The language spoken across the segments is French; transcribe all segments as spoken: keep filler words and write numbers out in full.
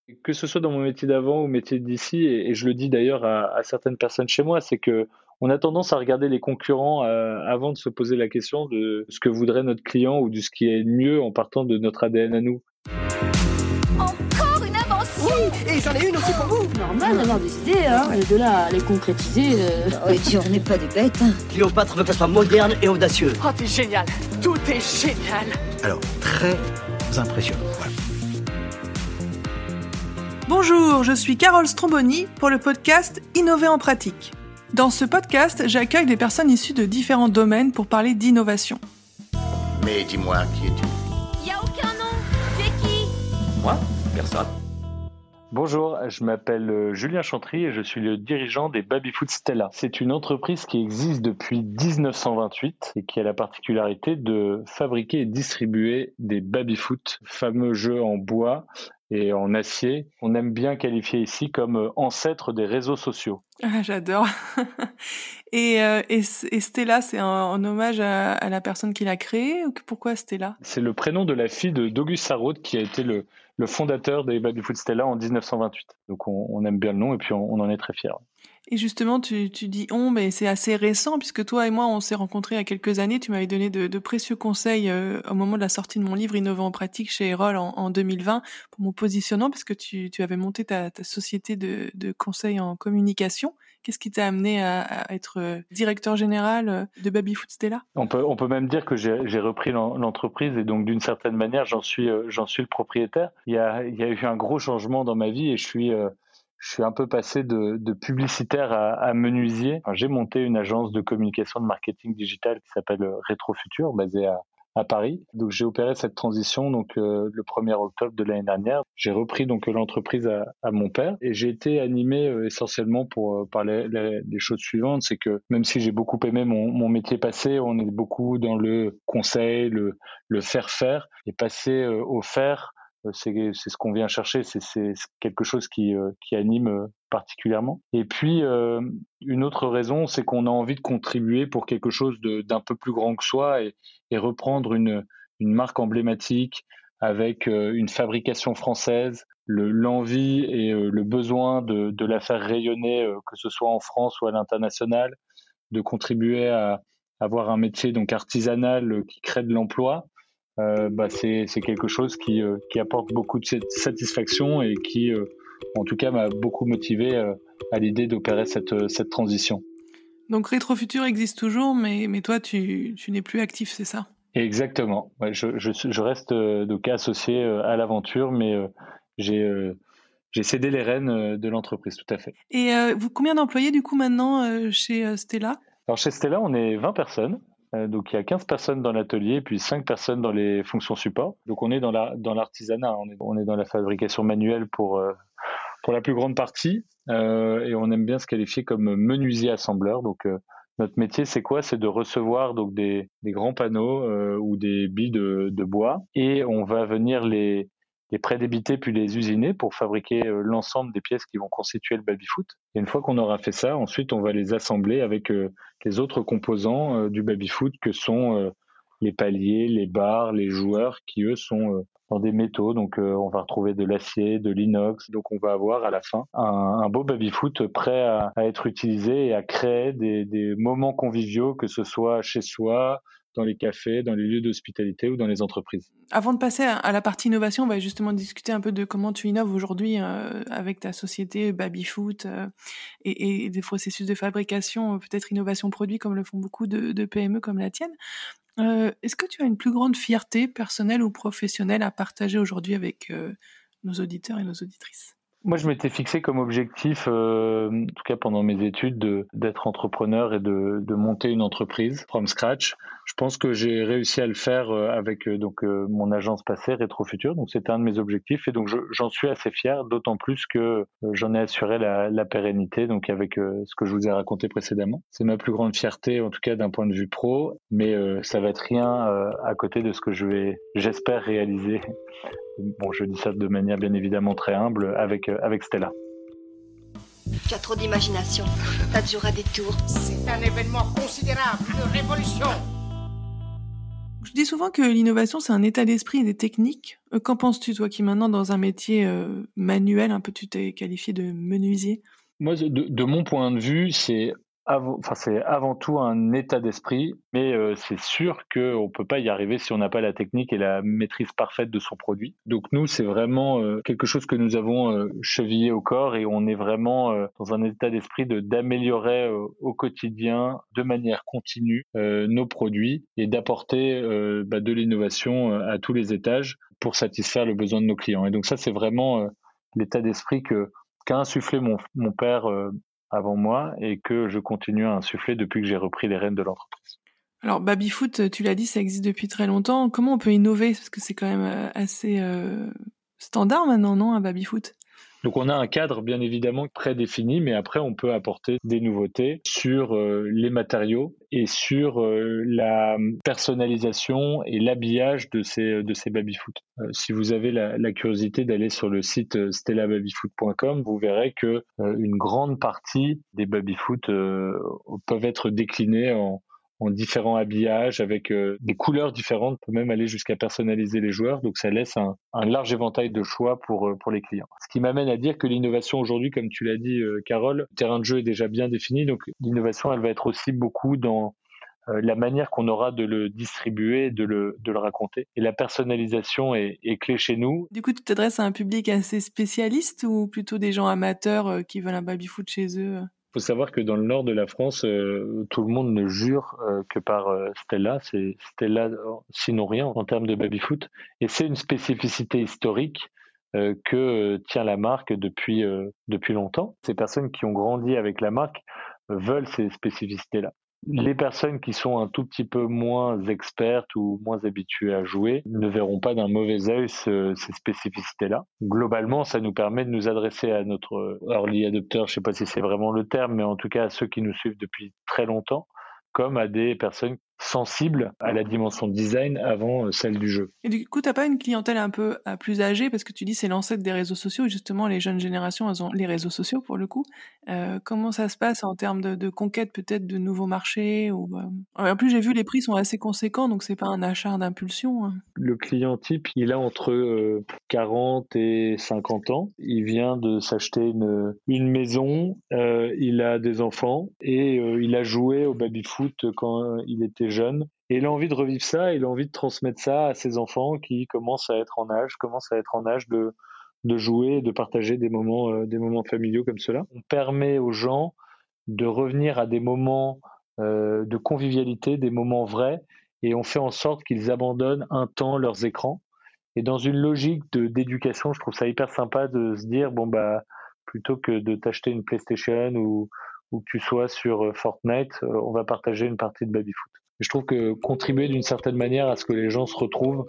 Que ce soit dans mon métier d'avant ou métier d'ici, et, et je le dis d'ailleurs à, à certaines personnes chez moi, c'est que on a tendance à regarder les concurrents euh, avant de se poser la question de ce que voudrait notre client ou de ce qui est mieux en partant de notre A D N à nous. Encore une invention. Oui, et j'en ai une aussi pour vous. Normal d'avoir des idées, hein, et de là à les concrétiser. Euh... Oh, et puis on n'est pas des bêtes. Hein. Cléopâtre veut qu'elle soit moderne et audacieuse. Oh, t'es génial. Tout est génial. Alors, très impressionnant. Voilà. Bonjour, je suis Carole Stromboni pour le podcast Innover en pratique. Dans ce podcast, j'accueille des personnes issues de différents domaines pour parler d'innovation. Mais dis-moi, qui es-tu ? Y a aucun nom. Tu es qui ? Moi ? Personne. Bonjour, je m'appelle Julien Chantry et je suis le dirigeant des Babyfoot Stella. C'est une entreprise qui existe depuis dix-neuf cent vingt-huit et qui a la particularité de fabriquer et distribuer des babyfoot, fameux jeux en bois et en acier. On aime bien qualifier ici comme ancêtre des réseaux sociaux. Ah, j'adore. et, euh, et, et Stella, c'est un, un hommage à, à la personne qui l'a créé. Pourquoi Stella ? C'est le prénom de la fille de, d'Auguste Sarraute qui a été le, le fondateur des Babyfoot Stella en dix-neuf cent vingt-huit. Donc on, on aime bien le nom et puis on, on en est très fiers. Et justement, tu, tu dis on, mais c'est assez récent puisque toi et moi, on s'est rencontrés il y a quelques années. Tu m'avais donné de, de précieux conseils euh, au moment de la sortie de mon livre Innover en pratique chez Erol en, en deux mille vingt pour mon positionnement parce que tu, tu avais monté ta, ta société de, de conseil en communication. Qu'est-ce qui t'a amené à, à être directeur général de Babyfoot Stella ? On peut, on peut même dire que j'ai, j'ai repris l'entreprise et donc d'une certaine manière, j'en suis, j'en suis le propriétaire. Il y a, il y a eu un gros changement dans ma vie et je suis... Euh, Je suis un peu passé de, de publicitaire à, à menuisier. Enfin, j'ai monté une agence de communication de marketing digital qui s'appelle Rétrofutur, basée à, à Paris. Donc j'ai opéré cette transition donc euh, le premier octobre de l'année dernière. J'ai repris donc l'entreprise à, à mon père et j'ai été animé euh, essentiellement pour euh, par les, les, les choses suivantes. C'est que même si j'ai beaucoup aimé mon, mon métier passé, on est beaucoup dans le conseil, le, le faire faire et passer euh, au faire. C'est, c'est ce qu'on vient chercher, c'est, c'est quelque chose qui, euh, qui anime euh, particulièrement. Et puis, euh, une autre raison, c'est qu'on a envie de contribuer pour quelque chose de, d'un peu plus grand que soi et, et reprendre une, une marque emblématique avec euh, une fabrication française, le, l'envie et euh, le besoin de, de la faire rayonner, euh, que ce soit en France ou à l'international, de contribuer à avoir un métier donc artisanal euh, qui crée de l'emploi. Euh, bah c'est, c'est quelque chose qui, euh, qui apporte beaucoup de satisfaction et qui, euh, en tout cas, m'a beaucoup motivé euh, à l'idée d'opérer cette, cette transition. Donc Rétrofutur existe toujours, mais, mais toi, tu, tu n'es plus actif, c'est ça ? Exactement. Ouais, je, je, je reste euh, donc associé euh, à l'aventure, mais euh, j'ai, euh, j'ai cédé les rênes euh, de l'entreprise, tout à fait. Et euh, vous, combien d'employés, du coup, maintenant, euh, chez euh, Stella ? Alors, chez Stella, on est vingt personnes. Donc, il y a quinze personnes dans l'atelier, puis cinq personnes dans les fonctions support. Donc, on est dans, la, dans l'artisanat, on est, on est dans la fabrication manuelle pour, euh, pour la plus grande partie. Euh, et on aime bien se qualifier comme menuisier assembleur. Donc, euh, notre métier, c'est quoi ? C'est de recevoir donc, des, des grands panneaux euh, ou des billes de, de bois. Et on va venir les, les prédébiter puis les usiner pour fabriquer euh, l'ensemble des pièces qui vont constituer le babyfoot. Et une fois qu'on aura fait ça, ensuite, on va les assembler avec euh, les autres composants euh, du babyfoot que sont euh, les paliers, les barres, les joueurs qui, eux, sont euh, dans des métaux. Donc, euh, on va retrouver de l'acier, de l'inox. Donc, on va avoir à la fin un, un beau babyfoot prêt à, à être utilisé et à créer des, des moments conviviaux, que ce soit chez soi, dans les cafés, dans les lieux d'hospitalité ou dans les entreprises. Avant de passer à la partie innovation, on va justement discuter un peu de comment tu innoves aujourd'hui euh, avec ta société Babyfoot euh, et, et des processus de fabrication, peut-être innovation produit comme le font beaucoup de, de P M E comme la tienne. Euh, est-ce que tu as une plus grande fierté personnelle ou professionnelle à partager aujourd'hui avec euh, nos auditeurs et nos auditrices ? Moi, je m'étais fixé comme objectif, euh, en tout cas pendant mes études, de, d'être entrepreneur et de, de monter une entreprise from scratch. Je pense que j'ai réussi à le faire avec euh, donc euh, mon agence passée, Rétrofutur. Donc, c'était un de mes objectifs et donc je, j'en suis assez fier, d'autant plus que euh, j'en ai assuré la, la pérennité. Donc, avec euh, ce que je vous ai raconté précédemment, c'est ma plus grande fierté, en tout cas d'un point de vue pro. Mais euh, ça va être rien euh, à côté de ce que je vais, j'espère, réaliser. Bon, je dis ça de manière bien évidemment très humble avec, euh, avec Stella. Tu as trop d'imagination. T'as toujours à des tours. C'est un événement considérable, une révolution. Je dis souvent que l'innovation, c'est un état d'esprit et des techniques. Euh, qu'en penses-tu, toi, qui maintenant, dans un métier euh, manuel, un peu, tu t'es qualifié de menuisier? Moi, de, de mon point de vue, c'est avant, enfin, c'est avant tout un état d'esprit, mais euh, c'est sûr qu'on ne peut pas y arriver si on n'a pas la technique et la maîtrise parfaite de son produit. Donc nous, c'est vraiment euh, quelque chose que nous avons euh, chevillé au corps et on est vraiment euh, dans un état d'esprit de, d'améliorer euh, au quotidien, de manière continue, euh, nos produits et d'apporter euh, bah, de l'innovation euh, à tous les étages pour satisfaire le besoin de nos clients. Et donc ça, c'est vraiment euh, l'état d'esprit que qu'a insufflé mon, mon père euh, avant moi et que je continue à insuffler depuis que j'ai repris les rênes de l'entreprise. Alors, Babyfoot, tu l'as dit, ça existe depuis très longtemps. Comment on peut innover? Parce que c'est quand même euh, assez euh, standard maintenant, non, un Babyfoot? Donc on a un cadre bien évidemment prédéfini, mais après on peut apporter des nouveautés sur euh, les matériaux et sur euh, la personnalisation et l'habillage de ces, de ces babyfoot. Euh, si vous avez la, la curiosité d'aller sur le site stella babyfoot point com, vous verrez que euh, une grande partie des babyfoot euh, peuvent être déclinés en en différents habillages avec euh, des couleurs différentes, on peut même aller jusqu'à personnaliser les joueurs, donc ça laisse un, un large éventail de choix pour, euh, pour les clients. Ce qui m'amène à dire que l'innovation aujourd'hui, comme tu l'as dit euh, Carole, le terrain de jeu est déjà bien défini, donc l'innovation elle va être aussi beaucoup dans euh, la manière qu'on aura de le distribuer, de le, de le raconter. Et la personnalisation est, est clé chez nous. Du coup, tu t'adresses à un public assez spécialiste ou plutôt des gens amateurs euh, qui veulent un babyfoot chez eux? Il faut savoir que dans le nord de la France, euh, tout le monde ne jure euh, que par euh, Stella. C'est Stella, sinon rien, en termes de babyfoot. Et c'est une spécificité historique euh, que euh, tient la marque depuis, euh, depuis longtemps. Ces personnes qui ont grandi avec la marque euh, veulent ces spécificités-là. Les personnes qui sont un tout petit peu moins expertes ou moins habituées à jouer ne verront pas d'un mauvais œil ce, ces spécificités-là. Globalement, ça nous permet de nous adresser à notre early adopter, je ne sais pas si c'est vraiment le terme, mais en tout cas à ceux qui nous suivent depuis très longtemps, comme à des personnes sensibles à la dimension design avant celle du jeu. Et du coup, t'as pas une clientèle un peu à plus âgée, parce que tu dis c'est l'ancêtre des réseaux sociaux, et justement les jeunes générations, elles ont les réseaux sociaux pour le coup. Euh, comment ça se passe en termes de, de conquête peut-être de nouveaux marchés ou euh... En plus, j'ai vu les prix sont assez conséquents, donc c'est pas un achat d'impulsion. Hein. Le client type, il a entre euh, quarante et cinquante ans. Il vient de s'acheter une, une maison, euh, il a des enfants et euh, il a joué au babyfoot quand il était jeune. Et il a envie de revivre ça, il a envie de transmettre ça à ses enfants qui commencent à être en âge, commencent à être en âge de, de jouer, de partager des moments, euh, des moments familiaux comme cela. On permet aux gens de revenir à des moments euh, de convivialité, des moments vrais, et on fait en sorte qu'ils abandonnent un temps leurs écrans. Et dans une logique de, d'éducation, je trouve ça hyper sympa de se dire, bon bah, plutôt que de t'acheter une PlayStation ou, ou que tu sois sur Fortnite, euh, on va partager une partie de babyfoot. Je trouve que contribuer d'une certaine manière à ce que les gens se retrouvent,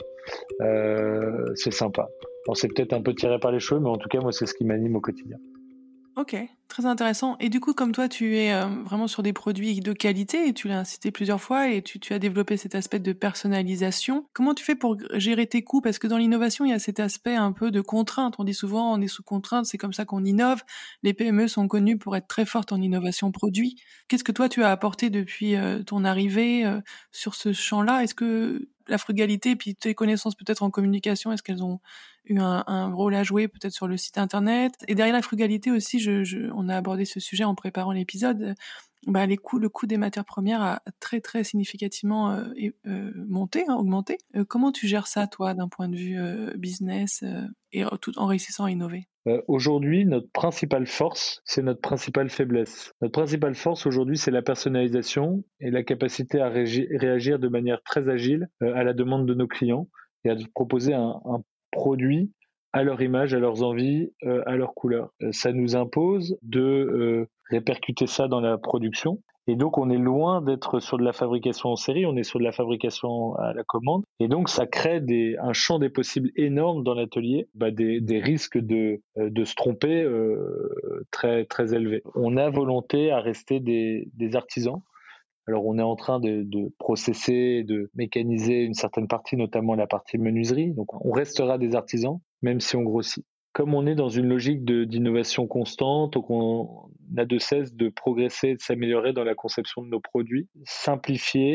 euh, c'est sympa. Bon, c'est peut-être un peu tiré par les cheveux, mais en tout cas, moi, c'est ce qui m'anime au quotidien. Ok, très intéressant. Et du coup, comme toi, tu es euh, vraiment sur des produits de qualité, et tu l'as cité plusieurs fois, et tu, tu as développé cet aspect de personnalisation. Comment tu fais pour gérer tes coûts? Parce que dans l'innovation, il y a cet aspect un peu de contrainte. On dit souvent, on est sous contrainte, c'est comme ça qu'on innove. Les P M E sont connues pour être très fortes en innovation produit. Qu'est-ce que toi, tu as apporté depuis euh, ton arrivée euh, sur ce champ-là? Est-ce que la frugalité et puis tes connaissances peut-être en communication, est-ce qu'elles ont eu un, un rôle à jouer peut-être sur le site internet? Et derrière la frugalité aussi, je, je, on a abordé ce sujet en préparant l'épisode, bah, les coûts, le coût des matières premières a très très significativement euh, euh, monté, hein, augmenté. Euh, comment tu gères ça toi d'un point de vue euh, business euh, et tout en réussissant à innover? Euh, aujourd'hui, notre principale force, c'est notre principale faiblesse. Notre principale force aujourd'hui, c'est la personnalisation et la capacité à régi- réagir de manière très agile euh, à la demande de nos clients et à proposer un, un produit à leur image, à leurs envies, euh, à leurs couleurs. Euh, ça nous impose de euh, répercuter ça dans la production. Et donc, on est loin d'être sur de la fabrication en série, on est sur de la fabrication à la commande. Et donc, ça crée des, un champ des possibles énorme dans l'atelier, bah des, des risques de, de se tromper euh, très, très élevés. On a volonté à rester des, des artisans. Alors, on est en train de, de processer, de mécaniser une certaine partie, notamment la partie menuiserie. Donc, on restera des artisans, même si on grossit. Comme on est dans une logique de, d'innovation constante, donc on n'a de cesse de progresser et de s'améliorer dans la conception de nos produits, simplifier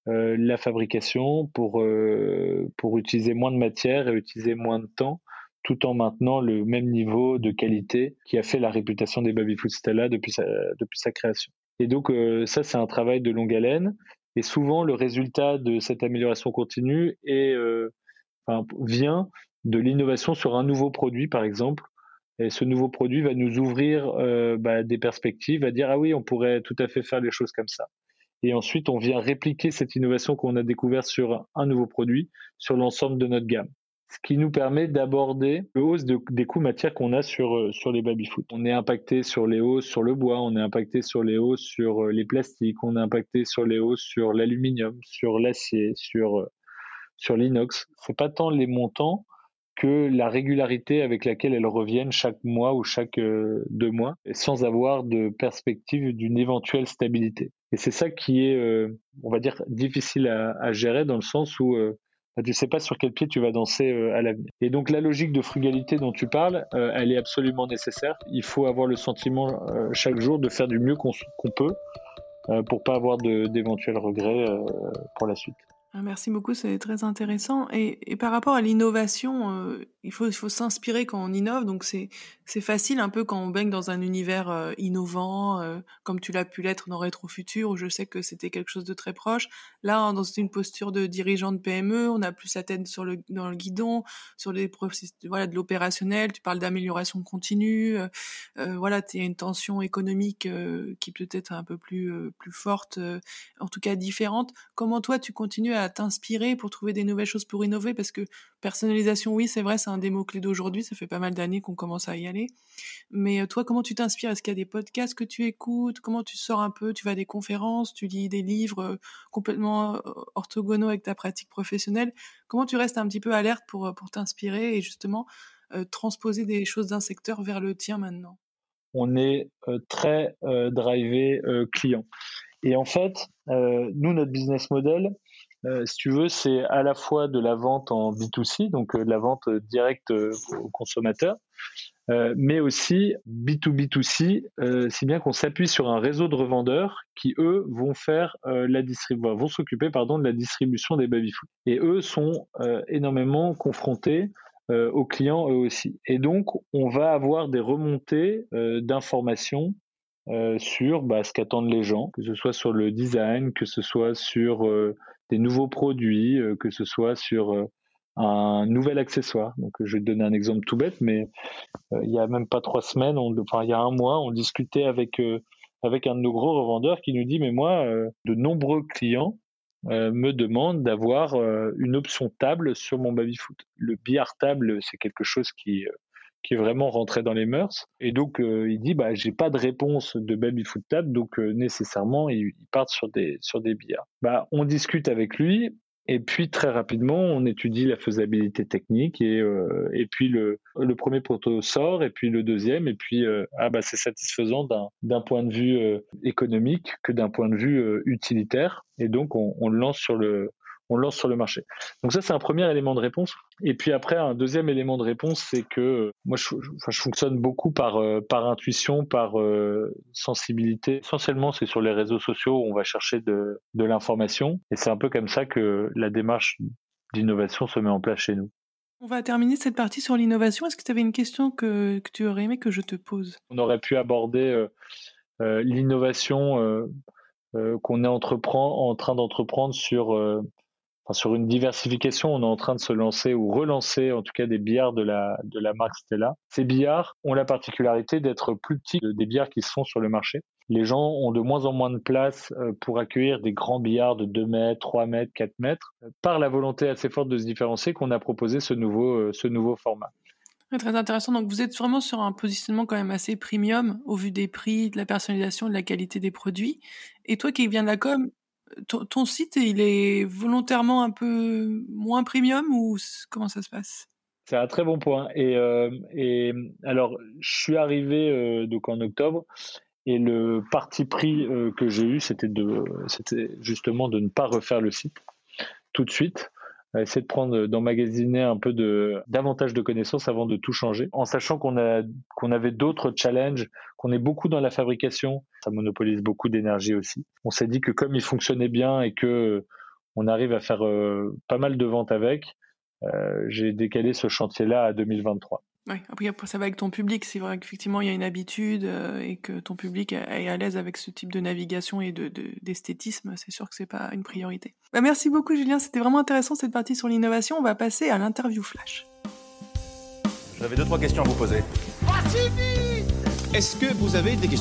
euh, la fabrication, pour, euh, pour utiliser moins de matière et utiliser moins de temps, tout en maintenant le même niveau de qualité qui a fait la réputation des baby-food Stella depuis sa, depuis sa création. Et donc euh, ça, c'est un travail de longue haleine. Et souvent, le résultat de cette amélioration continue est, euh, enfin, vient de l'innovation sur un nouveau produit, par exemple. Et ce nouveau produit va nous ouvrir euh, bah, des perspectives, va dire « Ah oui, on pourrait tout à fait faire les choses comme ça ». Et ensuite, on vient répliquer cette innovation qu'on a découverte sur un nouveau produit, sur l'ensemble de notre gamme. Ce qui nous permet d'aborder le hausse de, des coûts matières qu'on a sur, sur les baby-food. On est impacté sur les hausses sur le bois, on est impacté sur les hausses sur les plastiques, on est impacté sur les hausses sur l'aluminium, sur l'acier, sur, sur l'inox. C'est pas tant les montants que la régularité avec laquelle elles reviennent chaque mois ou chaque euh, deux mois, sans avoir de perspective d'une éventuelle stabilité. Et c'est ça qui est, euh, on va dire, difficile à, à gérer dans le sens où euh, tu ne sais pas sur quel pied tu vas danser euh, à l'avenir. Et donc la logique de frugalité dont tu parles, euh, elle est absolument nécessaire. Il faut avoir le sentiment euh, chaque jour de faire du mieux qu'on, qu'on peut euh, pour pas avoir de, d'éventuels regrets euh, pour la suite. Merci beaucoup, c'est très intéressant. Et, et par rapport à l'innovation, euh, il faut, il faut s'inspirer quand on innove. Donc c'est, c'est facile un peu quand on baigne dans un univers euh, innovant, euh, comme tu l'as pu l'être dans Rétro Futur, où je sais que c'était quelque chose de très proche. Là, dans une posture de dirigeant de P M E, on a plus la tête sur le, dans le guidon, sur les processus, voilà, de l'opérationnel. Tu parles d'amélioration continue. Euh, euh, voilà, tu as une tension économique euh, qui peut être un peu plus, euh, plus forte, euh, en tout cas différente. Comment toi, tu continues à à t'inspirer pour trouver des nouvelles choses pour innover, parce que personnalisation, oui, c'est vrai, c'est un des mots-clés d'aujourd'hui, ça fait pas mal d'années qu'on commence à y aller. Mais toi, comment tu t'inspires? Est-ce qu'il y a des podcasts que tu écoutes? Comment tu sors un peu? Tu vas à des conférences? Tu lis des livres complètement orthogonaux avec ta pratique professionnelle? Comment tu restes un petit peu alerte pour, pour t'inspirer et justement euh, transposer des choses d'un secteur vers le tien maintenant? On est euh, très euh, drivé euh, client. Et en fait, euh, nous, notre business model, Euh, si tu veux, c'est à la fois de la vente en B deux C, donc euh, de la vente directe euh, aux consommateurs, euh, mais aussi B deux B deux C, euh, si bien qu'on s'appuie sur un réseau de revendeurs qui, eux, vont faire euh, la distribu- vont s'occuper pardon, de la distribution des baby-food. Et eux sont euh, énormément confrontés euh, aux clients eux aussi. Et donc, on va avoir des remontées euh, d'informations Euh, sur bah, ce qu'attendent les gens, que ce soit sur le design, que ce soit sur euh, des nouveaux produits, euh, que ce soit sur euh, un nouvel accessoire. Donc, je vais te donner un exemple tout bête, mais euh, il y a même pas trois semaines, on, enfin il y a un mois, on discutait avec euh, avec un de nos gros revendeurs qui nous dit mais moi, euh, de nombreux clients euh, me demandent d'avoir euh, une option table sur mon baby-foot. Le billard table, c'est quelque chose qui euh, qui est vraiment rentré dans les mœurs. Et donc, euh, il dit, bah, j'ai pas de réponse de baby-foot table, donc euh, nécessairement, ils, ils partent sur des, sur des billards. Bah, on discute avec lui, et puis très rapidement, on étudie la faisabilité technique, et, euh, et puis le, le premier proto sort, et puis le deuxième, et puis euh, ah, bah, c'est satisfaisant d'un, d'un point de vue euh, économique que d'un point de vue euh, utilitaire, et donc on, on le lance sur le on lance sur le marché. Donc ça, c'est un premier élément de réponse. Et puis après, un deuxième élément de réponse, c'est que moi, je, je, enfin, je fonctionne beaucoup par, euh, par intuition, par euh, sensibilité. Essentiellement, c'est sur les réseaux sociaux où on va chercher de, de l'information. Et c'est un peu comme ça que la démarche d'innovation se met en place chez nous. On va terminer cette partie sur l'innovation. Est-ce que tu avais une question que, que tu aurais aimé que je te pose? On aurait pu aborder euh, euh, l'innovation euh, euh, qu'on est entreprend, en train d'entreprendre sur... Euh, Enfin, sur une diversification, on est en train de se lancer ou relancer en tout cas des billards de la, de la marque Stella. Ces billards ont la particularité d'être plus petits que des billards qui se font sur le marché. Les gens ont de moins en moins de place pour accueillir des grands billards de deux mètres, trois mètres, quatre mètres, par la volonté assez forte de se différencier qu'on a proposé ce nouveau, ce nouveau format. Très intéressant. Donc, vous êtes vraiment sur un positionnement quand même assez premium au vu des prix, de la personnalisation, de la qualité des produits. Et toi qui viens de la com, Ton, ton site, il est volontairement un peu moins premium ou comment ça se passe? C'est un très bon point. Et, euh, et alors, je suis arrivé euh, donc en octobre et le parti pris euh, que j'ai eu, c'était de, c'était justement de ne pas refaire le site tout de suite. Essayer de prendre, d'emmagasiner un peu de, davantage de connaissances avant de tout changer, en sachant qu'on a, qu'on avait d'autres challenges, qu'on est beaucoup dans la fabrication, ça monopolise beaucoup d'énergie aussi. On s'est dit que comme il fonctionnait bien et que on arrive à faire euh, pas mal de ventes avec. Euh, j'ai décalé ce chantier-là à deux mille vingt-trois. Oui, après ça va avec ton public. C'est vrai qu'effectivement il y a une habitude euh, et que ton public est à l'aise avec ce type de navigation et de, de, d'esthétisme. C'est sûr que c'est pas une priorité. Bah, merci beaucoup Julien, c'était vraiment intéressant cette partie sur l'innovation. On va passer à l'interview flash. J'avais deux, trois questions à vous poser. Est-ce que vous avez des questions ?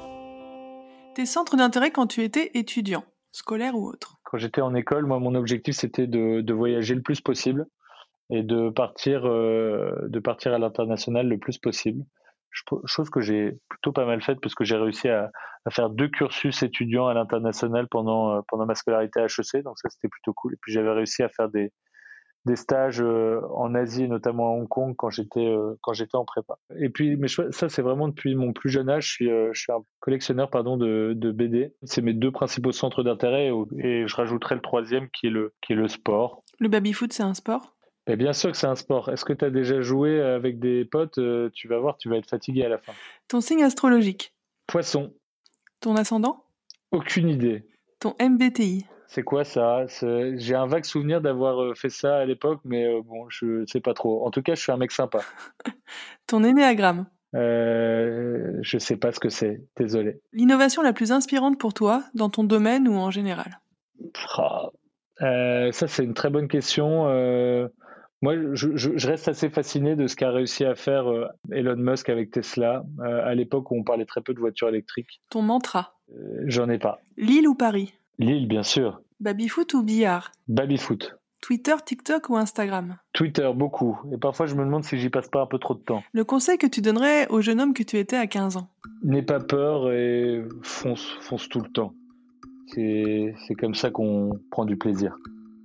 Tes centres d'intérêt quand tu étais étudiant, scolaire ou autre ? Quand j'étais en école, moi, mon objectif, c'était de, de voyager le plus possible et de partir, euh, de partir à l'international le plus possible. Chose que j'ai plutôt pas mal faite parce que j'ai réussi à, à faire deux cursus étudiants à l'international pendant, pendant ma scolarité à H E C, donc ça, c'était plutôt cool. Et puis, j'avais réussi à faire des, des stages euh, en Asie, notamment à Hong Kong, quand j'étais, euh, quand j'étais en prépa. Et puis, mais je, ça, c'est vraiment depuis mon plus jeune âge. Je suis, euh, je suis un collectionneur pardon, de, de B D. C'est mes deux principaux centres d'intérêt et, et je rajouterai le troisième qui est le, qui est le sport. Le baby-foot, c'est un sport ? Mais bien sûr que c'est un sport. Est-ce que tu as déjà joué avec des potes ? euh, Tu vas voir, tu vas être fatigué à la fin. Ton signe astrologique ? Poisson. Ton ascendant ? Aucune idée. Ton M B T I ? C'est quoi ça ? c'est... J'ai un vague souvenir d'avoir fait ça à l'époque, mais euh, bon, je sais pas trop. En tout cas, je suis un mec sympa. Ton énéagramme ? euh, Je sais pas ce que c'est, désolé. L'innovation la plus inspirante pour toi, dans ton domaine ou en général ? Ah, euh, ça, c'est une très bonne question. Euh, moi, je, je, je reste assez fasciné de ce qu'a réussi à faire euh, Elon Musk avec Tesla, euh, à l'époque où on parlait très peu de voitures électriques. Ton mantra ? euh, J'en ai pas. Lille ou Paris ? Lille, bien sûr. Baby-foot ou billard ? Baby-foot. Twitter, TikTok ou Instagram ? Twitter, beaucoup. Et parfois, je me demande si j'y passe pas un peu trop de temps. Le conseil que tu donnerais au jeune homme que tu étais à quinze ans ? N'aie pas peur et fonce, fonce tout le temps. C'est, c'est comme ça qu'on prend du plaisir.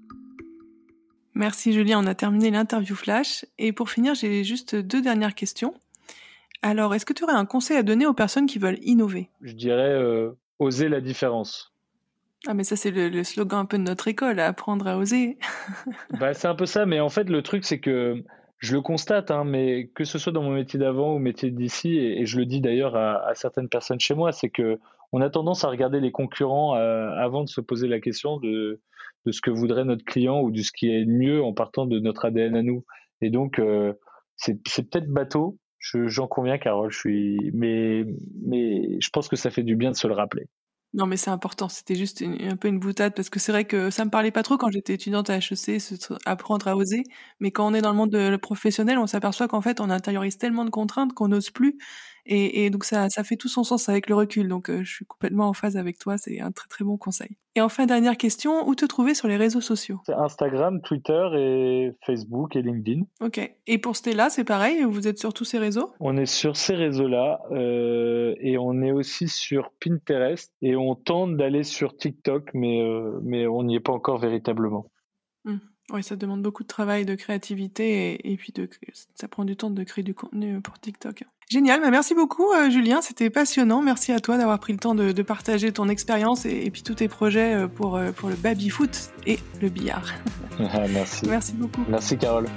Merci Julien, on a terminé l'interview flash. Et pour finir, j'ai juste deux dernières questions. Alors, est-ce que tu aurais un conseil à donner aux personnes qui veulent innover ? Je dirais euh, oser la différence. Ah mais ça c'est le, le slogan un peu de notre école, apprendre à oser. Bah, c'est un peu ça, mais en fait le truc c'est que je le constate, hein, mais que ce soit dans mon métier d'avant ou au métier d'ici, et, et je le dis d'ailleurs à, à certaines personnes chez moi, c'est que on a tendance à regarder les concurrents euh, avant de se poser la question de, de ce que voudrait notre client ou de ce qui est mieux en partant de notre A D N à nous. Et donc euh, c'est, c'est peut-être bateau, je, j'en conviens Carole, je suis, mais, mais je pense que ça fait du bien de se le rappeler. Non mais c'est important, c'était juste une, un peu une boutade parce que c'est vrai que ça me parlait pas trop quand j'étais étudiante à H E C, ce, apprendre à oser, mais quand on est dans le monde de, le professionnel, on s'aperçoit qu'en fait on intériorise tellement de contraintes qu'on n'ose plus et, et donc ça, ça fait tout son sens avec le recul, donc euh, je suis complètement en phase avec toi, c'est un très très bon conseil. Et enfin dernière question, où te trouver sur les réseaux sociaux ? C'est Instagram, Twitter et Facebook et LinkedIn. Ok, et pour Stella c'est pareil, vous êtes sur tous ces réseaux ? On est sur ces réseaux-là euh, et on est aussi sur Pinterest et on tente d'aller sur TikTok, mais, euh, mais on n'y est pas encore véritablement. Mmh. Oui, ça demande beaucoup de travail, de créativité et, et puis de, ça prend du temps de créer du contenu pour TikTok. Génial, bah merci beaucoup euh, Julien, c'était passionnant. Merci à toi d'avoir pris le temps de, de partager ton expérience et, et puis tous tes projets pour, pour le baby-foot et le billard. Merci. Merci beaucoup. Merci Carole.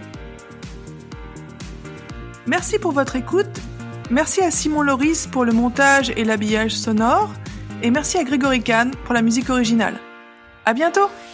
Merci pour votre écoute. Merci à Simon Loris pour le montage et l'habillage sonore. Et merci à Grégory Kahn pour la musique originale. À bientôt!